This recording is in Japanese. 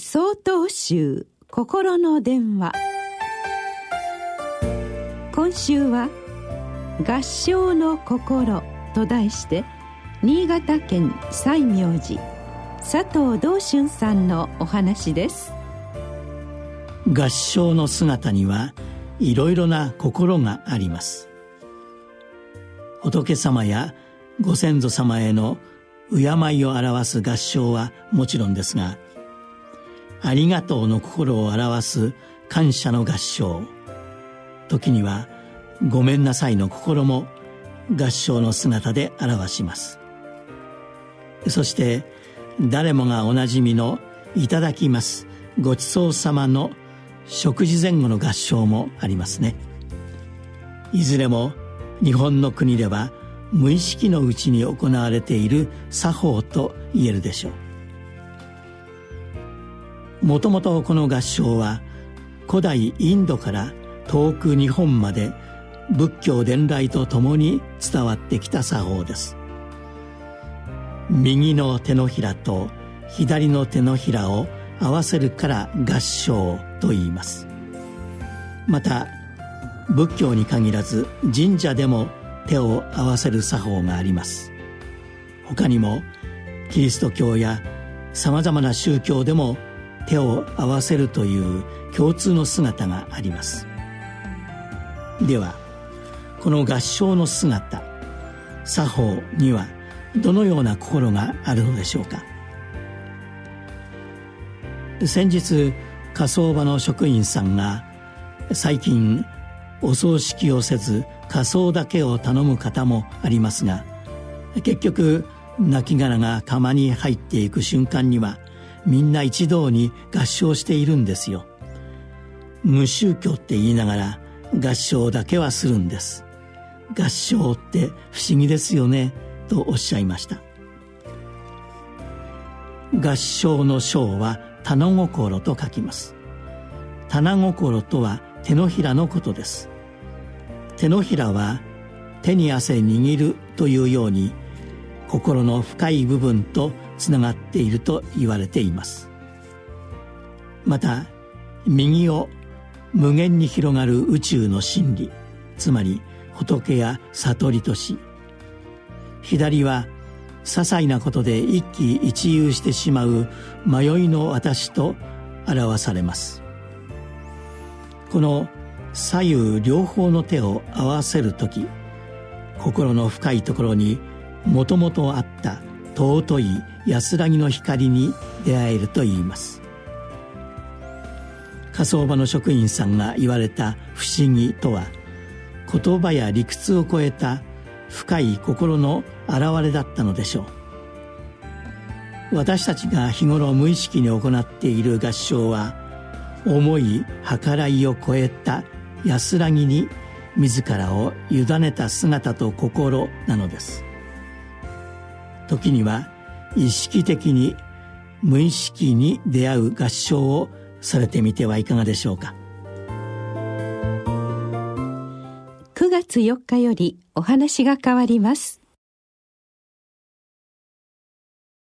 総統集心の電話。今週は合唱の心と題して、新潟県西明寺佐藤道春さんのお話です。 合唱の姿にはいろいろな心があります。仏様やご先祖様への敬いを表す合唱はもちろんですが、ありがとうの心を表す感謝の合唱、時にはごめんなさいの心も合唱の姿で表します。そして誰もがおなじみのいただきますごちそうさまの食事前後の合唱もありますね。いずれも日本の国では無意識のうちに行われている作法と言えるでしょう。もともとこの合唱は古代インドから遠く日本まで仏教伝来とともに伝わってきた作法です。右の手のひらと左の手のひらを合わせるから合唱と言います。また仏教に限らず神社でも手を合わせる作法があります。他にもキリスト教やさまざまな宗教でも手を合わせるという共通の姿があります。ではこの合唱の姿、作法にはどのような心があるのでしょうか。先日火葬場の職員さんが最近お葬式をせず火葬だけを頼む方もありますが、結局亡骸が釜に入っていく瞬間にはみんな一堂に合唱しているんですよ。無宗教って言いながら合唱だけはするんです。合唱って不思議ですよねとおっしゃいました。合唱の唱は棚心と書きます。棚心とは手のひらのことです。手のひらは手に汗握るというように心の深い部分とつながっていると言われています。また右を無限に広がる宇宙の真理、つまり仏や悟りとし、左は些細なことで一喜一憂してしまう迷いの私と表されます。この左右両方の手を合わせるとき、心の深いところにもともとあった尊い安らぎの光に出会えるといいます。火葬場の職員さんが言われた不思議とは、言葉や理屈を超えた深い心の表れだったのでしょう。私たちが日頃無意識に行っている合唱は、思い計らいを超えた安らぎに自らを委ねた姿と心なのです。時には意識的に無意識に出会う合唱をされてみてはいかがでしょうか。 9月4日よりお話が変わります。